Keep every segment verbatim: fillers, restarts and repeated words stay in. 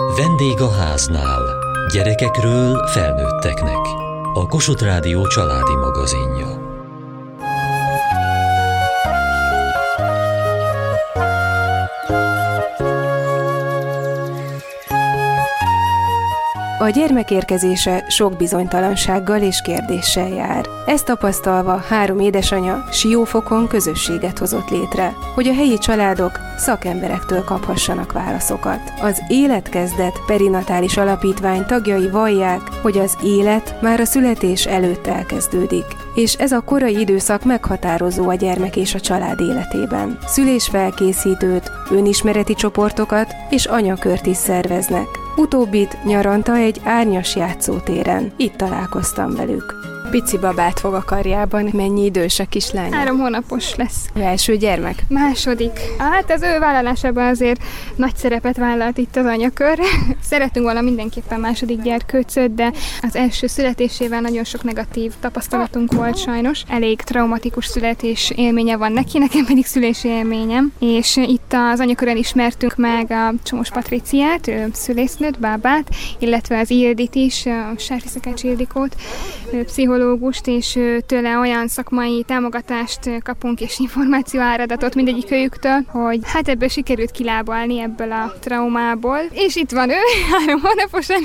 Vendég a háznál. Gyerekekről felnőtteknek. A Kossuth Rádió családi magazinja. A gyermek érkezése sok bizonytalansággal és kérdéssel jár. Ezt tapasztalva három édesanya Siófokon közösséget hozott létre, hogy a helyi családok szakemberektől kaphassanak válaszokat. Az Életkezdet perinatális alapítvány tagjai vallják, hogy az élet már a születés előtt elkezdődik, és ez a korai időszak meghatározó a gyermek és a család életében. Szülésfelkészítőt, önismereti csoportokat és anyakört is szerveznek. Utóbbit nyaranta egy árnyas játszótéren. Itt találkoztam velük. Pici babát fog a karjában. Mennyi idős a kislány? Három hónapos lesz. Az első gyermek? Második. Hát az ő vállalásában azért nagy szerepet vállalt itt az anyakör. Szeretünk volna mindenképpen második gyerkőcöt, de az első születésével nagyon sok negatív tapasztalatunk volt sajnos. Elég traumatikus születés élménye van neki, nekem pedig szülési élményem. És itt az anyakörrel ismertünk meg a Csomós Patriciát, ő szülésznőt, bábát, illetve az Ildit is, a Sárfi Szakács Ildikót, pszichológust, és tőle olyan szakmai támogatást kapunk és információ áradatot mindegyik őjüktől, hogy hát ebből sikerült kilábalni ebből a traumából. És itt van ő, három hónaposan,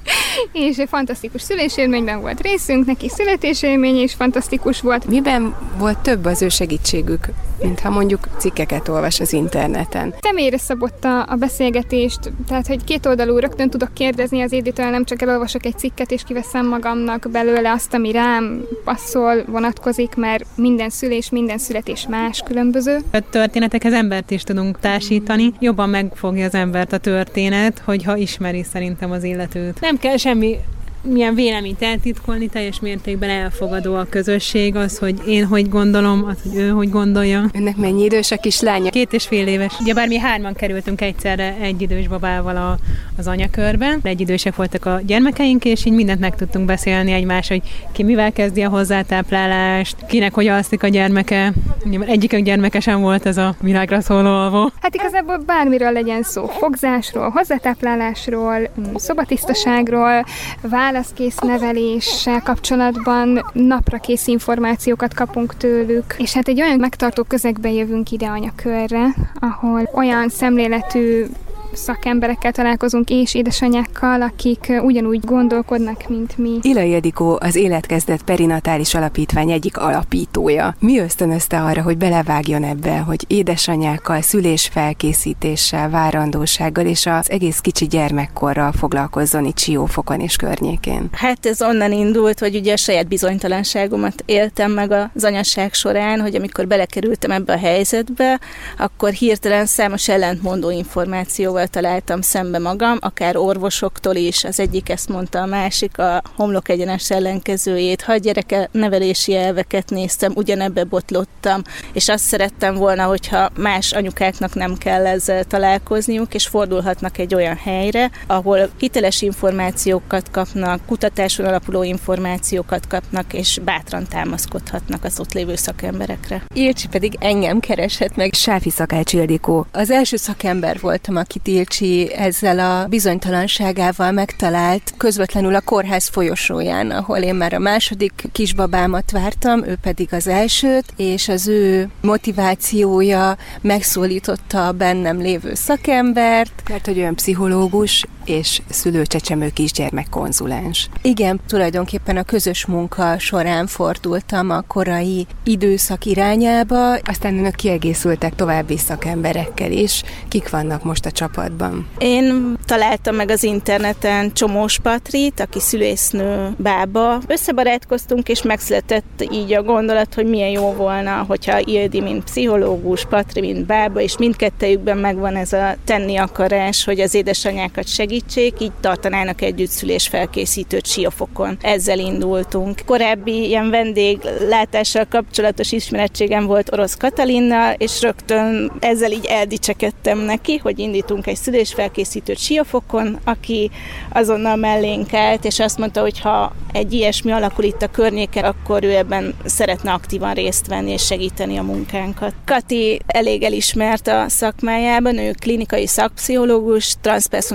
és fantasztikus szülésélményben volt részünk, neki születésélmény is fantasztikus volt. Miben volt több az ő segítségük, mintha mondjuk cikkeket olvas az interneten? Személyre szabotta a beszélgetést, tehát hogy két oldalú rögtön tudok kérdezni az Éditől, nem csak elolvasok egy cikket és kiveszem magamnak belőle azt, ami rám passzol, vonatkozik, mert minden szülés, minden születés más, különböző. A történetekhez embert is tudunk társítani. Jobban megfogja az embert a történet, hogyha ismeri szerintem az illetőt. Nem kell semmi milyen véleményt eltitkolni, teljes mértékben elfogadó a közösség, az, hogy én hogy gondolom, az, hogy ő hogy gondolja. Önnek mennyi idős a kislánya? Két és fél éves. Ugye bár mi hárman kerültünk egyszerre egy idős babával a, az anyakörbe, egy idősek voltak a gyermekeink, és így mindent meg tudtunk beszélni egymás, hogy ki mivel kezdi a hozzátáplálást, kinek hogy alszik a gyermeke. Egyikünk gyermeke sem volt ez a világra szóló alvó. Hát igazából bármiről legyen szó, fogzásról, hozzátáplálásról, szobatisztaságról, válaszkész neveléssel kapcsolatban naprakész információkat kapunk tőlük, és hát egy olyan megtartó közegbe jövünk ide anyakörre, ahol olyan szemléletű szakemberekkel találkozunk, és édesanyákkal, akik ugyanúgy gondolkodnak, mint mi. Ilai Ildikó az Életkezdet perinatális alapítvány egyik alapítója. Mi ösztönözte arra, hogy belevágjon ebbe, hogy édesanyákkal, szülésfelkészítéssel, várandósággal és az egész kicsi gyermekkorral foglalkozzon itt Siófokon és környékén? Hát ez onnan indult, hogy ugye a saját bizonytalanságomat éltem meg az anyaság során, hogy amikor belekerültem ebbe a helyzetbe, akkor hirtelen számos ellentmondó információval találtam szembe magam, akár orvosoktól is, az egyik ezt mondta, a másik a homlok egyenes ellenkezőjét, ha a gyereke nevelési elveket néztem, ugyanebbe botlottam, és azt szerettem volna, hogyha más anyukáknak nem kell ezzel találkozniuk, és fordulhatnak egy olyan helyre, ahol hiteles információkat kapnak, kutatáson alapuló információkat kapnak, és bátran támaszkodhatnak az ott lévő szakemberekre. Ilcsi pedig engem keresett meg. Sárfi Szakács Ildikó. Az első szakember voltam, akit Ilcsi ezzel a bizonytalanságával megtalált közvetlenül a kórház folyosóján, ahol én már a második kisbabámat vártam, ő pedig az elsőt, és az ő motivációja megszólította a bennem lévő szakembert. Mert hogy olyan pszichológus és szülőcsecsemő kisgyermek konzulens. Igen, tulajdonképpen a közös munka során fordultam a korai időszak irányába. Aztán önök kiegészültek további szakemberekkel is. Kik vannak most a csapatban? Én találtam meg az interneten Csomós Patrit, aki szülésznő, bába. Összebarátkoztunk, és megszületett így a gondolat, hogy milyen jó volna, hogyha Ildi, mint pszichológus, Patri, mint bába, és mindkettejükben megvan ez a tenni akarás, hogy az édesanyákat segítsék, így tartanának együtt szülésfelkészítőt Siófokon. Ezzel indultunk. Korábbi ilyen vendéglátással kapcsolatos ismerettségem volt Orosz Katalinnal, és rögtön ezzel így eldicsekedtem neki, hogy indítunk egy szülésfelkészítőt Siófokon, aki azonnal mellénk állt, és azt mondta, hogy ha egy ilyesmi alakul itt a környéken, akkor ő ebben szeretne aktívan részt venni és segíteni a munkánkat. Kati elég elismert a szakmájában, ő klinikai szakpszichológus, transzpersonális terapeut,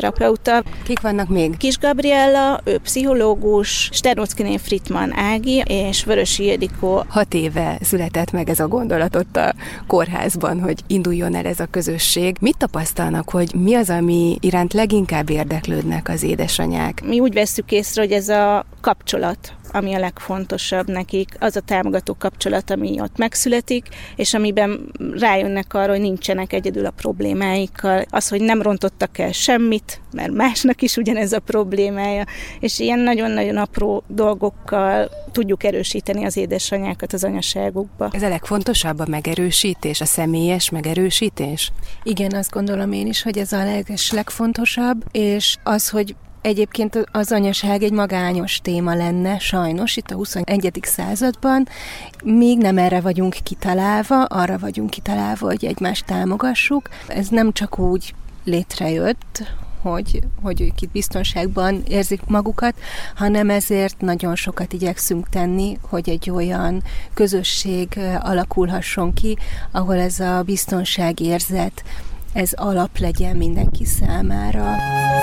pszichoterapeuta. Kik vannak még? Kis Gabriella, ő pszichológus, Sternockiné Fritman Ági és Vörösi Ildikó. Hat éve született meg ez a gondolat ott a kórházban, hogy induljon el ez a közösség. Mit tapasztalnak, hogy mi az, ami iránt leginkább érdeklődnek az édesanyák? Mi úgy vesszük észre, hogy ez a kapcsolat, ami a legfontosabb nekik, az a támogató kapcsolat, ami ott megszületik, és amiben rájönnek arra, hogy nincsenek egyedül a problémáikkal. Az, hogy nem rontottak el semmit, mert másnak is ugyanez a problémája, és ilyen nagyon-nagyon apró dolgokkal tudjuk erősíteni az édesanyákat az anyaságukba. Ez a legfontosabb, a megerősítés, a személyes megerősítés? Igen, azt gondolom én is, hogy ez a leges legfontosabb, és az, hogy egyébként az anyaság egy magányos téma lenne, sajnos, itt a huszonegyedik században. Még nem erre vagyunk kitalálva, arra vagyunk kitalálva, hogy egymást támogassuk. Ez nem csak úgy létrejött, hogy, hogy ők itt biztonságban érzik magukat, hanem ezért nagyon sokat igyekszünk tenni, hogy egy olyan közösség alakulhasson ki, ahol ez a biztonságérzet, ez alap legyen mindenki számára.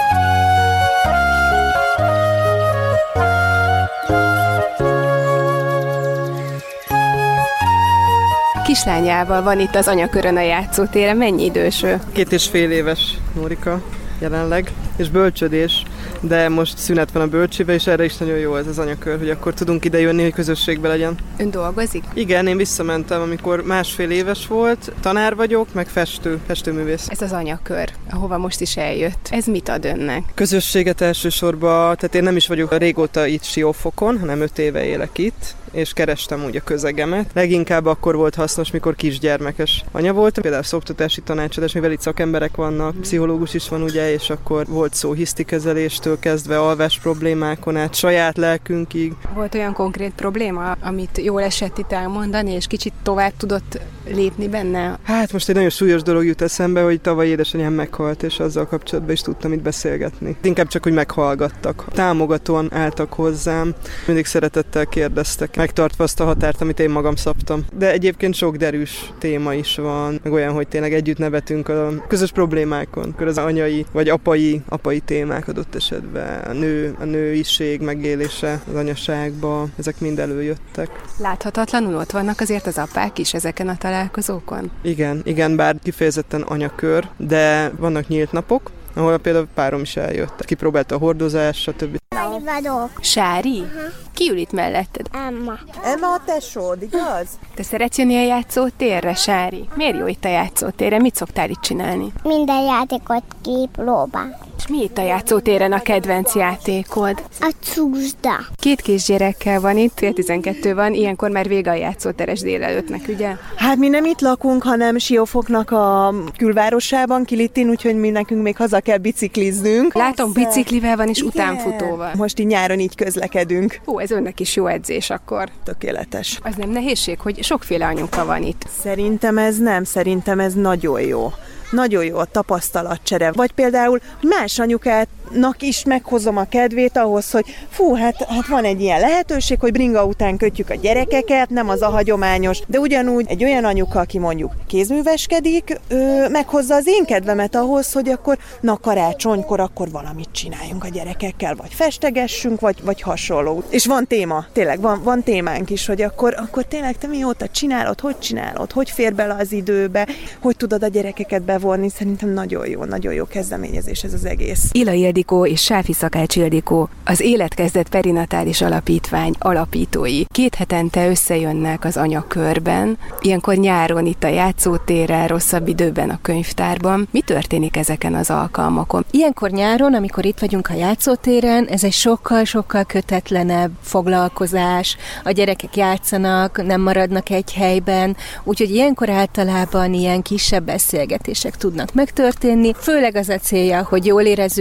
Kislányával van itt az anyakörön a játszótéren. Mennyi idős ő? Két és fél éves Nórika jelenleg, és bölcsödés, de most szünet van a bölcsibe, és erre is nagyon jó ez az anyakör, hogy akkor tudunk ide jönni, hogy közösségbe legyen. Ön dolgozik? Igen, én visszamentem, amikor másfél éves volt, tanár vagyok, meg festő, festőművész. Ez az anyakör, ahova most is eljött. Ez mit ad önnek? Közösséget elsősorban, tehát én nem is vagyok régóta itt Siófokon, hanem öt éve élek itt, és kerestem úgy a közegemet. Leginkább akkor volt hasznos, mikor kisgyermekes anya voltam, például szoktatási tanácsadás, mivel itt szakemberek vannak, pszichológus is van ugye, és akkor volt szó hisztikezeléstől kezdve alvás problémákon át, saját lelkünkig. Volt olyan konkrét probléma, amit jól esett itt elmondani, és kicsit tovább tudott lépni benne? Hát most egy nagyon súlyos dolog jut eszembe, hogy tavaly édesanyám meghalt, és azzal kapcsolatban is tudtam itt beszélgetni. Inkább csak, hogy meghallgattak. Támogatóan álltak hozzám, mindig szeretettel kérdeztek, megtartva azt a határt, amit én magam szabtam. De egyébként sok derűs téma is van, meg olyan, hogy tényleg együtt nevetünk a közös problémákon, akkor az anyai vagy apai, apai témák adott esetben, a nő, a nőiség megélése az anyaságba, ezek mind előjöttek. Láthatatlanul ott vannak azért az apák is ezeken a találkozókon? Igen, igen, bár kifejezetten anyakör, de vannak nyílt napok, ahol például párom is eljött. Kipróbálta a hordozást, stb. Sári vagyok. Sári? Uh-huh. Ki ül itt melletted? Emma. Emma a tesód, igaz? Te szeretsz jönni a játszótérre, Sári? Miért jó itt a játszótérre? Mit szoktál itt csinálni? Minden játékot kipróbál. És mi itt a játszótéren a kedvenc játékod? A csúszda. Két kisgyerekkel van itt, fél tizenkettő van, ilyenkor már vége a játszóteres délelőttnek, ugye? Hát mi nem itt lakunk, hanem Siófoknak a külvárosában, Kilittin, úgyhogy mi nekünk még haza kell bicikliznünk. Látom, biciklivel van és utánfutóval. Most így nyáron így közlekedünk. Ó, ez önnek is jó edzés akkor. Tökéletes. Az nem nehézség, hogy sokféle anyuka van itt? Szerintem ez nem, szerintem ez nagyon jó. Nagyon jó a tapasztalatcsere. Vagy például, hogy más anyukának is meghozom a kedvét ahhoz, hogy fú, hát, hát van egy ilyen lehetőség, hogy bringa után kötjük a gyerekeket, nem az a hagyományos, de ugyanúgy egy olyan anyuka, aki mondjuk kézműveskedik, ő meghozza az én kedvemet ahhoz, hogy akkor na karácsonykor akkor valamit csináljunk a gyerekekkel, vagy festegessünk, vagy, vagy hasonló. És van téma, tényleg van, van témánk is, hogy akkor, akkor tényleg te mióta csinálod, hogy csinálod, hogy fér bele az időbe, hogy tudod a gyerekeket bevonni, szerintem nagyon jó, nagyon jó kezdeményezés ez az egész. Ila Ildikó és Sáfi Szakács Ildikó, az Életkezdet Perinatális Alapítvány alapítói. Két hetente összejönnek az anyakörben, ilyenkor nyáron itt a játszótéren, rosszabb időben a könyvtárban. Mi történik ezeken az alkalmakon? Ilyenkor nyáron, amikor itt vagyunk a játszótéren, ez egy sokkal-sokkal kötetlenebb foglalkozás. A gyerekek játszanak, nem maradnak egy helyben, úgyhogy ilyenkor általában ilyen kisebb beszélgetések tudnak megtörténni. Főleg az a célja, hogy jól érezzük magunkat,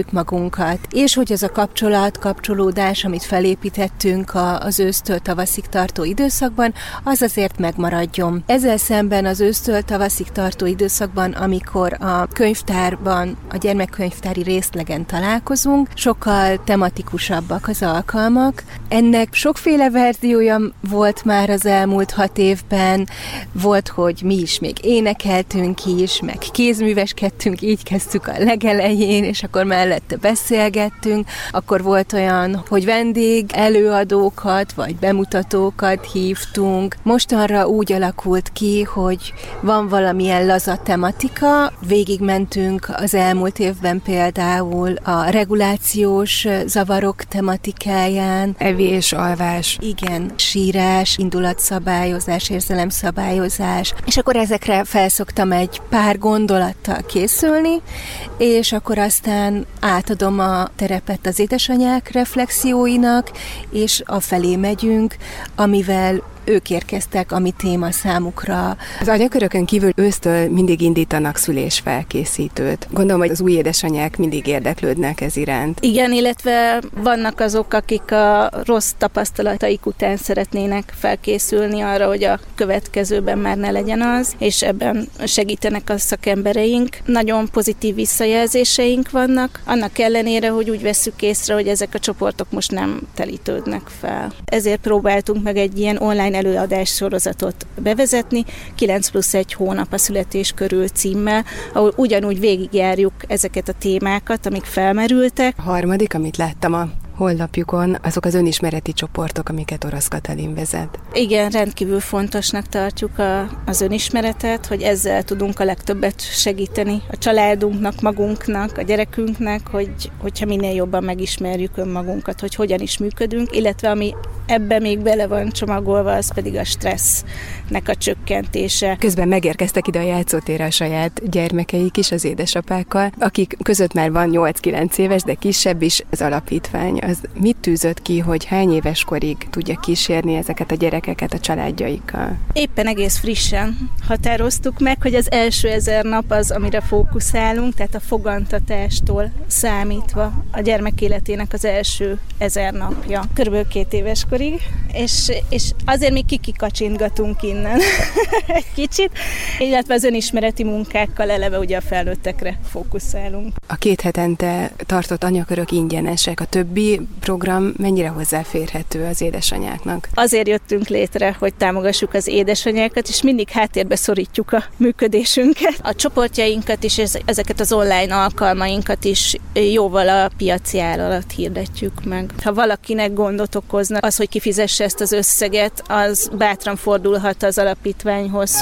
magunkat. És hogy az a kapcsolat, kapcsolódás, amit felépítettünk az ősztől tavaszig tartó időszakban, az azért megmaradjon. Ezzel szemben az ősztől tavaszig tartó időszakban, amikor a könyvtárban, a gyermekkönyvtári részlegen találkozunk, sokkal tematikusabbak az alkalmak. Ennek sokféle verziója volt már az elmúlt hat évben. Volt, hogy mi is még énekeltünk is, meg kézműveskedtünk, így kezdtük a legelején, és akkor mellette beszélgettünk. Akkor volt olyan, hogy vendég előadókat, vagy bemutatókat hívtunk. Mostanra úgy alakult ki, hogy van valamilyen laza tematika. Végigmentünk az elmúlt évben például a regulációs zavarok tematikáján. Evés, alvás. Igen, sírás, indulatszabályozás, érzelemszabályozás. És akkor ezekre felszoktam egy pár gondolattal készülni, és akkor aztán átadom a terepet az édesanyák reflexióinak, és afelé megyünk, amivel ők érkeztek, ami téma számukra. Az anyakörökön kívül ősztől mindig indítanak szülésfelkészítőt. Gondolom, hogy az új édesanyák mindig érdeklődnek ez iránt. Igen, illetve vannak azok, akik a rossz tapasztalataik után szeretnének felkészülni arra, hogy a következőben már ne legyen az, és ebben segítenek a szakembereink. Nagyon pozitív visszajelzéseink vannak, annak ellenére, hogy úgy vesszük észre, hogy ezek a csoportok most nem telítődnek fel. Ezért próbáltunk meg egy ilyen online előadás sorozatot bevezetni, kilenc plusz egy hónap a születés körül címmel, ahol ugyanúgy végigjárjuk ezeket a témákat, amik felmerültek. A harmadik, amit láttam a honlapjukon, azok az önismereti csoportok, amiket Orosz Katalin vezet. Igen, rendkívül fontosnak tartjuk a, az önismeretet, hogy ezzel tudunk a legtöbbet segíteni a családunknak, magunknak, a gyerekünknek, hogy, hogyha minél jobban megismerjük önmagunkat, hogy hogyan is működünk, illetve ami ebbe még bele van csomagolva, az pedig a stressznek a csökkentése. Közben megérkeztek ide a játszótérre a saját gyermekeik is, az édesapákkal, akik között már van nyolc-kilenc éves, de kisebb is az alapítvány. Az mit tűzött ki, hogy hány éves korig tudja kísérni ezeket a gyerekeket a családjaikkal? Éppen egész frissen határoztuk meg, hogy az első ezer nap az, amire fókuszálunk, tehát a fogantatástól számítva a gyermek életének az első ezer napja. Körülbelül két éves korig, és, és azért még kikikacsintgatunk innen egy kicsit, illetve az önismereti munkákkal eleve ugye a felnőttekre fókuszálunk. A két hetente tartott anyakörök ingyenesek, a többi program mennyire hozzáférhető az édesanyáknak? Azért jöttünk létre, hogy támogassuk az édesanyákat, és mindig háttérbe szorítjuk a működésünket. A csoportjainkat is, ezeket az online alkalmainkat is jóval a piaci ár alatt hirdetjük meg. Ha valakinek gondot okozna az, hogy kifizesse ezt az összeget, az bátran fordulhat az alapítványhoz.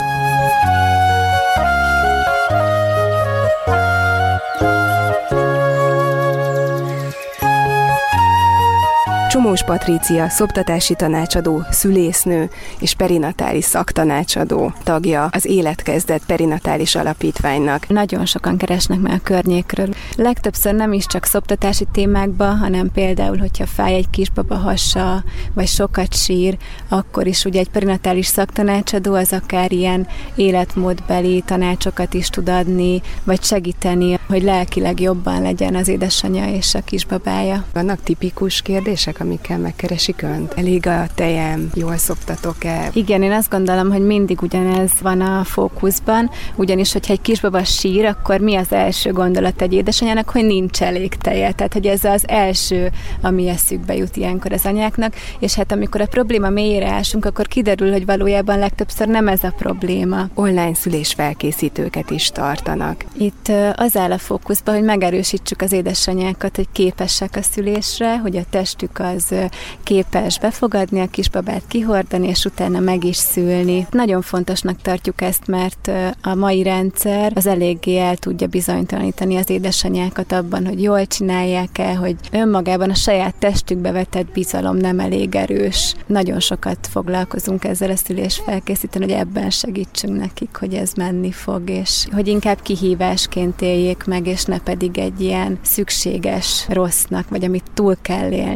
Csomós Patrícia, szoptatási tanácsadó, szülésznő és perinatális szaktanácsadó tagja az Életkezdet perinatális alapítványnak. Nagyon sokan keresnek meg a környékről. Legtöbbször nem is csak szoptatási témákba, hanem például, hogyha fáj egy kisbaba hasa, vagy sokat sír, akkor is ugye egy perinatális szaktanácsadó az akár ilyen életmódbeli tanácsokat is tud adni, vagy segíteni, hogy lelkileg jobban legyen az édesanyja és a kisbabája. Vannak tipikus kérdések, amikkel megkeresik önt? Elég a tejem, jól szoptatok-e? Igen, én azt gondolom, hogy mindig ugyanez van a fókuszban, ugyanis, hogyha egy kisbaba sír, akkor mi az első gondolat egy édesanyának, hogy nincs elég teje. Tehát, hogy ez az első, ami eszükbe jut ilyenkor az anyáknak, és hát amikor a probléma mélyére ásunk, akkor kiderül, hogy valójában legtöbbször nem ez a probléma. Online szülésfelkészítőket is tartanak. Itt az áll a fókuszban, hogy megerősítsük az édesanyákat, hogy képesek a szülésre, hogy a testük az képes befogadni a kisbabát, kihordani, és utána meg is szülni. Nagyon fontosnak tartjuk ezt, mert a mai rendszer az eléggé el tudja bizonytalanítani az édesanyákat abban, hogy jól csinálják-e, hogy önmagában a saját testükbe vetett bizalom nem elég erős. Nagyon sokat foglalkozunk ezzel a szülésfelkészítőn, hogy ebben segítsünk nekik, hogy ez menni fog, és hogy inkább kihívásként éljék meg, és ne pedig egy ilyen szükséges rossznak, vagy amit túl kell élni.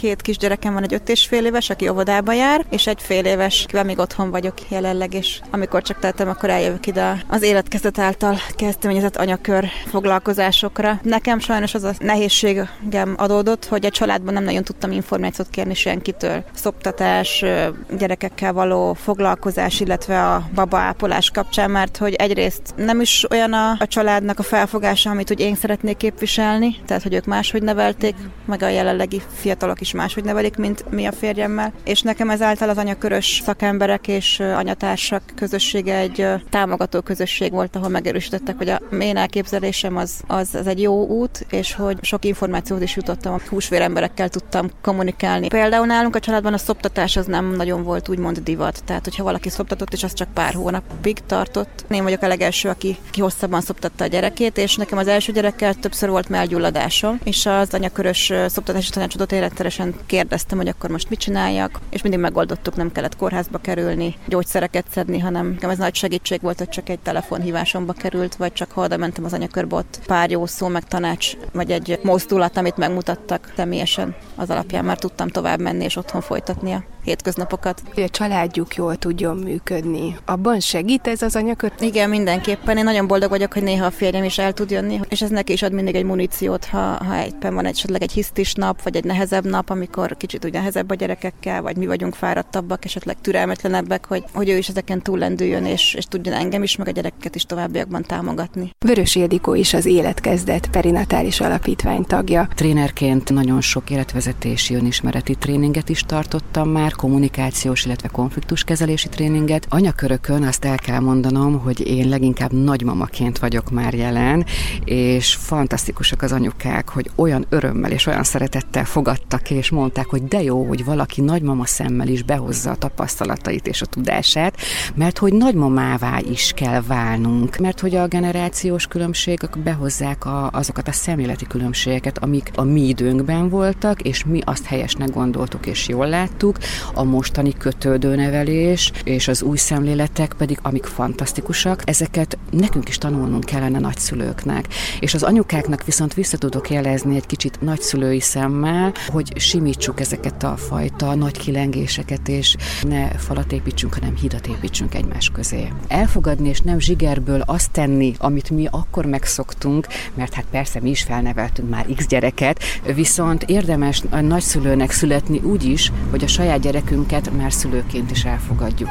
két kisgyerekem van, egy öt és fél éves, aki óvodába jár, és egy fél éves, akivel még otthon vagyok jelenleg, és amikor csak tettem, akkor eljövök ide az életkezdet által kezdeményezett anyakör foglalkozásokra. Nekem sajnos az a nehézségem adódott, hogy a családban nem nagyon tudtam információt kérni senkitől. Szoptatás, gyerekekkel való foglalkozás, illetve a babaápolás kapcsán, mert hogy egyrészt nem is olyan a, a családnak a felfogása, amit úgy én szeretnék képviselni, tehát hogy ők máshogy nevelték, meg a jelenlegi fiatalok is máshogy nevelik, mint mi a férjemmel. És nekem ezáltal az anyakörös szakemberek és anyatársak közössége egy támogató közösség volt, ahol megerősítettek, hogy a én elképzelésem az, az, az egy jó út, és hogy sok információt is jutottam, húsvéremberekkel tudtam kommunikálni. Például nálunk a családban a szoptatás az nem nagyon volt úgymond divat, tehát hogyha valaki szoptatott, és az csak pár hónapig tartott. Én vagyok a legelső, aki, aki hosszabban szoptatta a gyerekét, és nekem az első gyerekkel többször volt mellgyulladásom, és az anyakörös szoptatási tanácsadót én rendszeresen kérdeztem, hogy akkor most mit csináljak, és mindig megoldottuk, nem kellett kórházba kerülni, gyógyszereket szedni, hanem nekem ez nagy segítség volt, hogy csak egy telefonhívásomba került, vagy csak ha oda mentem az anyakörbe, ott pár jó szó, meg tanács, vagy egy mozdulat, amit megmutattak személyesen, az alapján már tudtam tovább menni és otthon folytatni a hétköznapokat. Hogy a családjuk jól tudjon működni. Abban segít ez az anyakör? Igen, mindenképpen. Én nagyon boldog vagyok, hogy néha a férjem is el tud jönni, és ez neki is ad mindig egy muníciót, ha, ha éppen van esetleg egy hisztis nap, vagy egy nehezebb nap, amikor kicsit úgy nehezebb a gyerekekkel, vagy mi vagyunk fáradtabbak, esetleg türelmetlenebbek, hogy, hogy ő is ezeken túllendüljön, és, és tudjon engem is, meg a gyerekeket is továbbiakban támogatni. Vörös Ildikó is az Életkezdet perinatális alapítvány tagja. Trénerként nagyon sok életvezetési, önismereti tréninget is tartottam már, kommunikációs, illetve konfliktuskezelési tréninget. Anyakörökön azt el kell mondanom, hogy én leginkább nagymamaként vagyok már jelen, és fantasztikusak az anyukák, hogy olyan örömmel és olyan szeretettel fogadtak és mondták, hogy de jó, hogy valaki nagymama szemmel is behozza a tapasztalatait és a tudását, mert hogy nagymamává is kell válnunk, mert hogy a generációs különbségek behozzák a, azokat a szemléleti különbségeket, amik a mi időnkben voltak, és mi azt helyesnek gondoltuk és jól láttuk. A mostani kötődőnevelés és az új szemléletek pedig, amik fantasztikusak, ezeket nekünk is tanulnunk kellene nagyszülőknek. És az anyukáknak viszont vissza tudok jelezni egy kicsit nagyszülői szemmel, hogy simítsuk ezeket a fajta nagy kilengéseket, és ne falat építsünk, hanem hidat építsünk egymás közé. Elfogadni és nem zsigerből azt tenni, amit mi akkor megszoktunk, mert hát persze mi is felneveltünk már x gyereket, viszont érdemes a nagyszülőnek születni úgy is, hogy a saját gyerekünket már szülőként is elfogadjuk.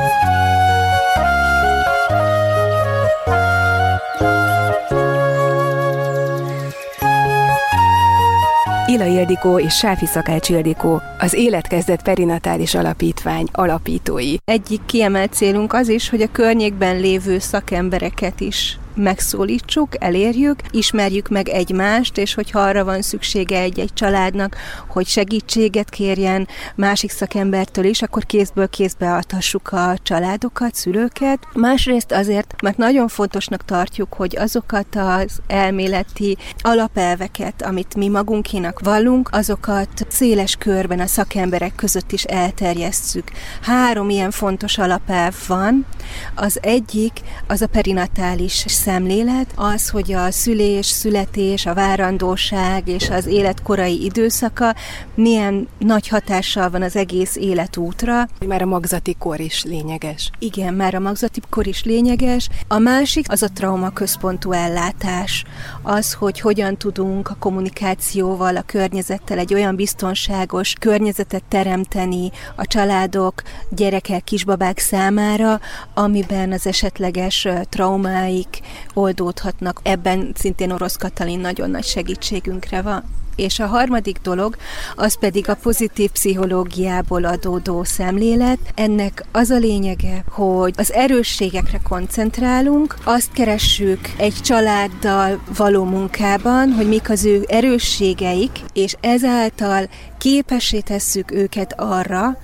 Ila Ildikó és Sáfi Szakács Ildikó, az Életkezdet perinatális alapítvány alapítói. Egyik kiemelt célunk az is, hogy a környékben lévő szakembereket is megszólítsuk, elérjük, ismerjük meg egymást, és hogyha arra van szüksége egy-egy családnak, hogy segítséget kérjen másik szakembertől is, akkor kézből kézbe adhassuk a családokat, szülőket. Másrészt azért, mert nagyon fontosnak tartjuk, hogy azokat az elméleti alapelveket, amit mi magunkénak vallunk, azokat széles körben a szakemberek között is elterjesszük. Három ilyen fontos alapelv van. Az egyik az a perinatális szemlélet, az, hogy a szülés, születés, a várandóság és az élet korai időszaka milyen nagy hatással van az egész életútra. Már a magzati kor is lényeges. Igen, már a magzati kor is lényeges. A másik az a traumaközpontú ellátás. Az, hogy hogyan tudunk a kommunikációval, a környezettel egy olyan biztonságos környezetet teremteni a családok, gyerekek, kisbabák számára, amiben az esetleges traumáik oldódhatnak. Ebben szintén Orosz Katalin nagyon nagy segítségünkre van. És a harmadik dolog, az pedig a pozitív pszichológiából adódó szemlélet. Ennek az a lényege, hogy az erősségekre koncentrálunk, azt keressük egy családdal való munkában, hogy mik az ő erősségeik, és ezáltal képessé tesszük őket arra,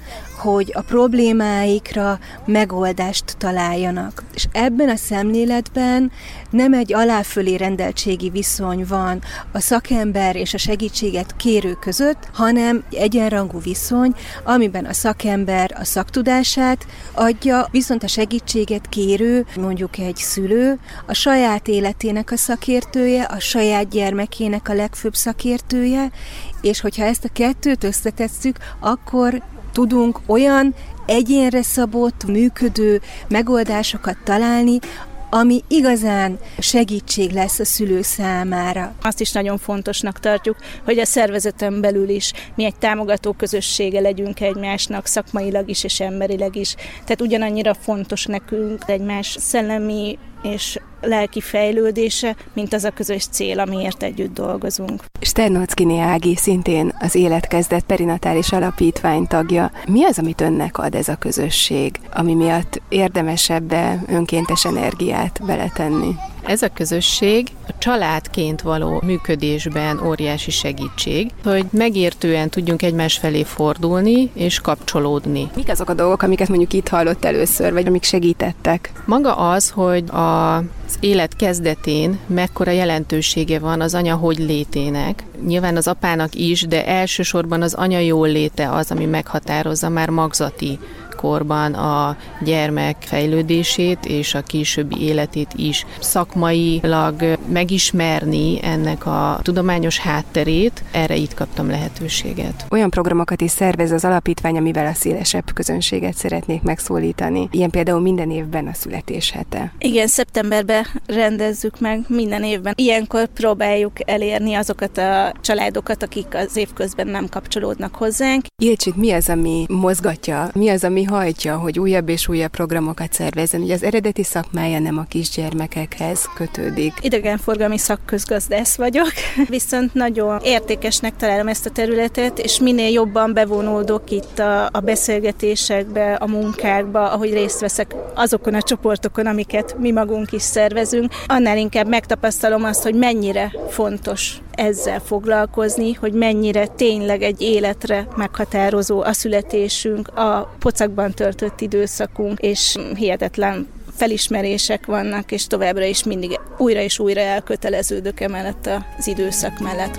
hogy a problémáikra megoldást találjanak. És ebben a szemléletben nem egy aláfölé rendeltségi viszony van a szakember és a segítséget kérő között, hanem egyenrangú viszony, amiben a szakember a szaktudását adja, viszont a segítséget kérő, mondjuk egy szülő, a saját életének a szakértője, a saját gyermekének a legfőbb szakértője, és hogyha ezt a kettőt összetesszük, akkor tudunk olyan egyénre szabott, működő megoldásokat találni, ami igazán segítség lesz a szülő számára. Azt is nagyon fontosnak tartjuk, hogy a szervezeten belül is mi egy támogató közössége legyünk egymásnak, szakmailag is és emberileg is. Tehát ugyanannyira fontos nekünk egymás szellemi és lelki fejlődése, mint az a közös cél, amiért együtt dolgozunk. Sternocki Ági szintén az Életkezdet perinatális alapítvány tagja. Mi az, amit önnek ad ez a közösség, ami miatt érdemes ebbe önkéntes energiát beletenni? Ez a közösség a családként való működésben óriási segítség, hogy megértően tudjunk egymás felé fordulni és kapcsolódni. Mik azok a dolgok, amiket mondjuk itt hallott először, vagy amik segítettek? Maga az, hogy a az élet kezdetén mekkora jelentősége van az anya hogylétének. Nyilván az apának is, de elsősorban az anya jóléte az, ami meghatározza már magzati korban a gyermek fejlődését és a későbbi életét is. Szakmailag megismerni ennek a tudományos hátterét, erre itt kaptam lehetőséget. Olyan programokat is szervez az alapítvány, amivel a szélesebb közönséget szeretnék megszólítani. Ilyen például minden évben a születéshete. Igen, szeptemberben rendezzük meg minden évben. Ilyenkor próbáljuk elérni azokat a családokat, akik az évközben nem kapcsolódnak hozzánk. Ilcsit, mi az, ami mozgatja? Mi az, ami hajtja, hogy újabb és újabb programokat szervezzen? Ugye az eredeti szakmája nem a kisgyermekekhez kötődik. Idegenforgalmi szakközgazdász vagyok, viszont nagyon értékesnek találom ezt a területet, és minél jobban bevonódok itt a, a beszélgetésekbe, a munkákba, ahogy részt veszek azokon a csoportokon, amiket mi magunk is szervezünk, annál inkább megtapasztalom azt, hogy mennyire fontos ezzel foglalkozni, hogy mennyire tényleg egy életre meghatározó a születésünk, a pocakban töltött időszakunk, és hihetetlen felismerések vannak, és továbbra is mindig újra és újra elköteleződök emellett az időszak mellett.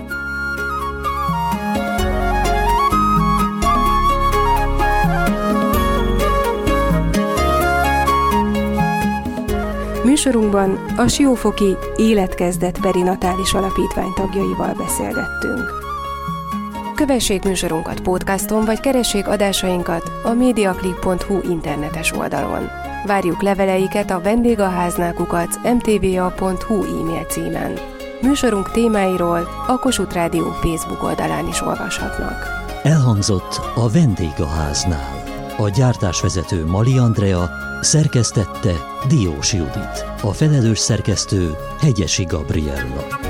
Műsorunkban a Siófoki Életkezdet perinatális alapítvány tagjaival beszélgettünk. Kövessék műsorunkat podcaston, vagy keressék adásainkat a mediaclip pont hu internetes oldalon. Várjuk leveleiket a vendégháznál kukac em té vé á pont hu e-mail címen. Műsorunk témáiról a Kossuth Rádió Facebook oldalán is olvashatnak. Elhangzott a Vendégháznál. A gyártásvezető Mali Andrea, szerkesztette Diós Judit. A felelős szerkesztő Hegyesi Gabriella.